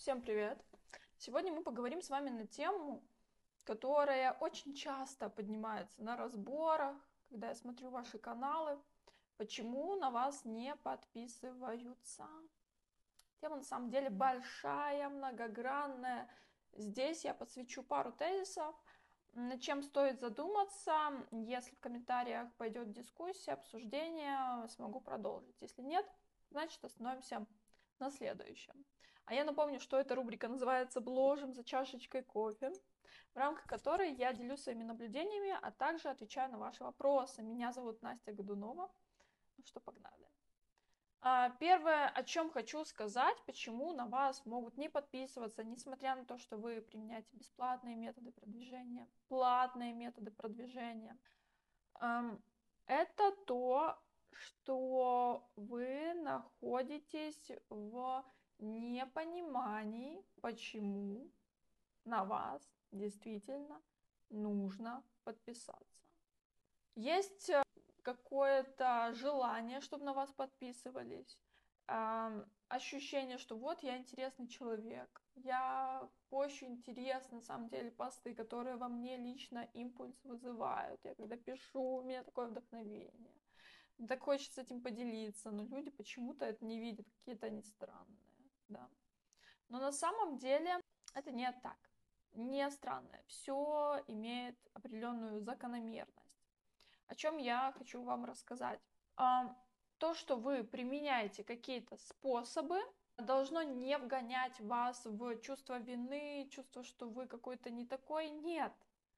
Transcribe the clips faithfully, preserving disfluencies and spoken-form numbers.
Всем привет! Сегодня мы поговорим с вами на тему, которая очень часто поднимается на разборах, когда я смотрю ваши каналы, почему на вас не подписываются. Тема на самом деле большая, многогранная. Здесь я подсвечу пару тезисов, над чем стоит задуматься. Если в комментариях пойдет дискуссия, обсуждение, смогу продолжить. Если нет, значит остановимся на следующем. А я напомню, что эта рубрика называется «Бложим за чашечкой кофе», в рамках которой я делюсь своими наблюдениями, а также отвечаю на ваши вопросы. Меня зовут Настя Годунова. Ну что, погнали. Первое, о чем хочу сказать, почему на вас могут не подписываться, несмотря на то, что вы применяете бесплатные методы продвижения, платные методы продвижения. Это то, что вы находитесь в непонимании, почему на вас действительно нужно подписаться. Есть какое-то желание, чтобы на вас подписывались, э, ощущение, что вот я интересный человек, я пощу интересно, на самом деле, посты, которые во мне лично импульс вызывают. Я когда пишу, у меня такое вдохновение. Мне так хочется этим поделиться, но люди почему-то это не видят, какие-то они странные, да. Но на самом деле это не так, не странное, все имеет определенную закономерность. О чем я хочу вам рассказать. То, что вы применяете какие-то способы, должно не вгонять вас в чувство вины, чувство, что вы какой-то не такой. Нет.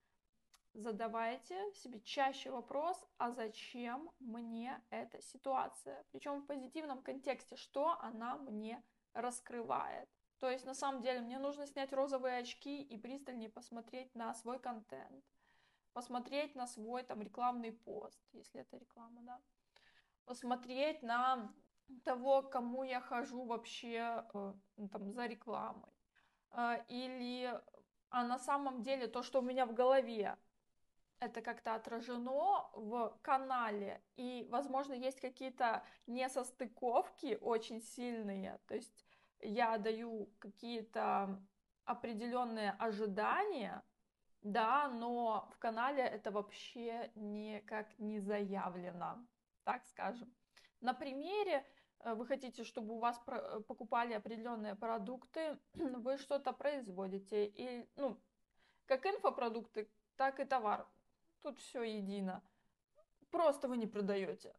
Задавайте себе чаще вопрос, а зачем мне эта ситуация? Причем в позитивном контексте, что она мне раскрывает. То есть на самом деле мне нужно снять розовые очки и пристальнее посмотреть на свой контент. Посмотреть на свой там рекламный пост, если это реклама, да. Посмотреть на того, к кому я хожу вообще э, там, за рекламой. Э, или, а на самом деле то, что у меня в голове, это как-то отражено в канале. И, возможно, есть какие-то несостыковки очень сильные. То есть я даю какие-то определенные ожидания, да, но в канале это вообще никак не заявлено, так скажем. На примере вы хотите, чтобы у вас покупали определенные продукты, вы что-то производите, и, ну, как инфопродукты, так и товар. Тут все едино. Просто вы не продаете.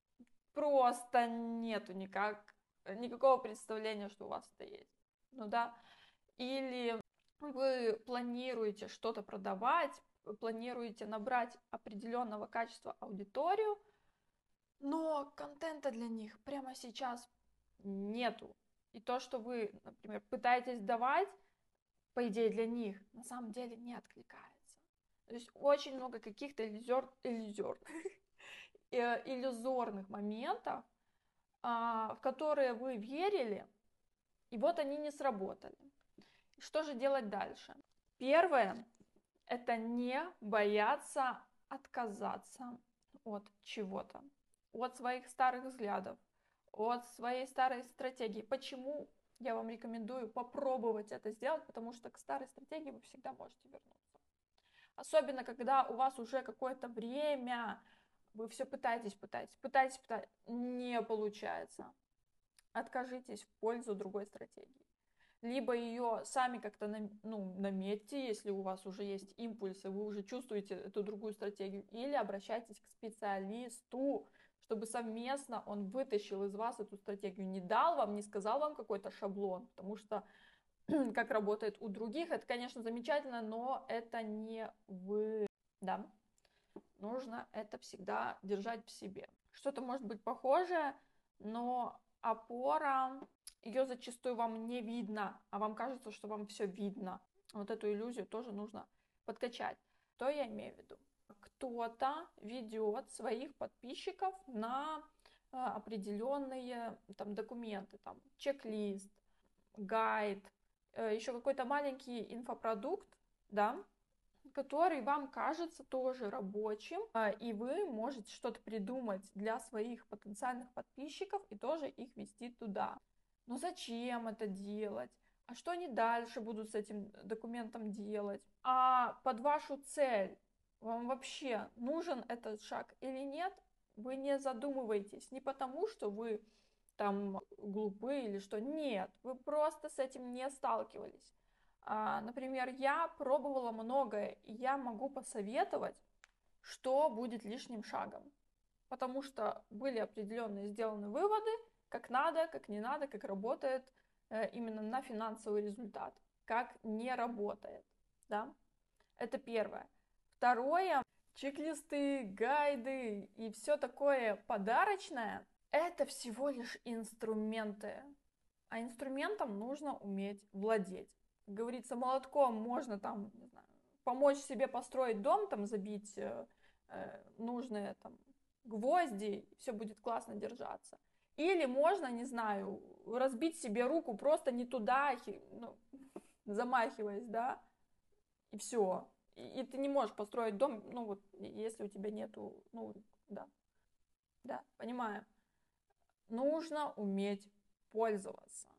Просто нету никак, никакого представления, что у вас это есть. Ну да. Или вы планируете что-то продавать, планируете набрать определенного качества аудиторию, но контента для них прямо сейчас нету. И то, что вы, например, пытаетесь давать, по идее, для них, на самом деле не откликается. То есть очень много каких-то иллюзор... иллюзор... иллюзорных моментов, в которые вы верили, и вот они не сработали. Что же делать дальше? Первое – это не бояться отказаться от чего-то, от своих старых взглядов, от своей старой стратегии. Почему я вам рекомендую попробовать это сделать? Потому что к старой стратегии вы всегда можете вернуться. Особенно, когда у вас уже какое-то время, вы все пытаетесь, пытаетесь, пытаетесь, пытаетесь, не получается. Откажитесь в пользу другой стратегии. Либо ее сами как-то ну, наметьте, если у вас уже есть импульсы, вы уже чувствуете эту другую стратегию, или обращайтесь к специалисту, чтобы совместно он вытащил из вас эту стратегию, не дал вам, не сказал вам какой-то шаблон, потому что как работает у других, это, конечно, замечательно, но это не вы, да, нужно это всегда держать в себе. Что-то может быть похожее, но опора, ее зачастую вам не видно, а вам кажется, что вам все видно. Вот эту иллюзию тоже нужно подкачать. Что я имею в виду? Кто-то ведет своих подписчиков на определенные там документы, там чек-лист, гайд, еще какой-то маленький инфопродукт, да, который вам кажется тоже рабочим, и вы можете что-то придумать для своих потенциальных подписчиков и тоже их вести туда. Но зачем это делать? а что они дальше будут с этим документом делать, а под вашу цель вам вообще нужен этот шаг или нет, вы не задумываетесь. Не потому, что вы там глупы или что. Нет, вы просто с этим не сталкивались. А, например, я пробовала многое, и я могу посоветовать, что будет лишним шагом. Потому что были определенные сделаны выводы, как надо, как не надо, как работает э, именно на финансовый результат, как не работает. Да? Это первое. Второе, чек-листы, гайды и все такое подарочное, это всего лишь инструменты. А инструментом нужно уметь владеть. Как говорится, молотком можно там, не знаю, помочь себе построить дом, там забить э, э, нужные там гвозди, и все будет классно держаться. Или можно, не знаю, разбить себе руку просто не туда, ну, замахиваясь, да, и все. И, и ты не можешь построить дом, ну вот, если у тебя нету, ну, да, да, понимаю. Нужно уметь пользоваться.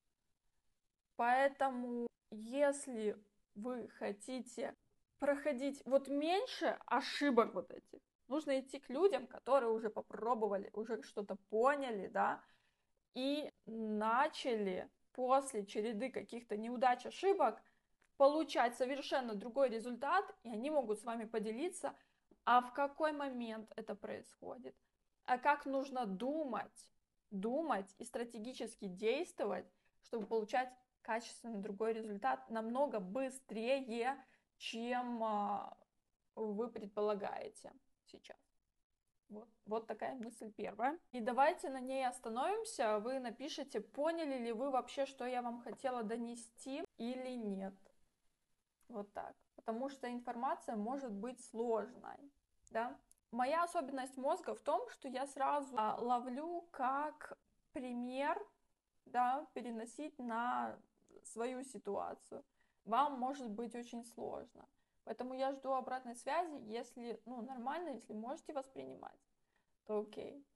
Поэтому, если вы хотите проходить вот меньше ошибок вот этих, нужно идти к людям, которые уже попробовали, уже что-то поняли, да, и начали после череды каких-то неудач, ошибок получать совершенно другой результат, и они могут с вами поделиться, а в какой момент это происходит, а как нужно думать, думать и стратегически действовать, чтобы получать качественный другой результат намного быстрее, чем вы предполагаете сейчас. Вот, вот такая мысль первая. И давайте на ней остановимся. Вы напишите, поняли ли вы вообще, что я вам хотела донести или нет. Вот так. Потому что информация может быть сложной. Да? Моя особенность мозга в том, что я сразу ловлю как пример, да, переносить на свою ситуацию. Вам может быть очень сложно. Поэтому я жду обратной связи, если, ну, нормально, если можете воспринимать, то окей.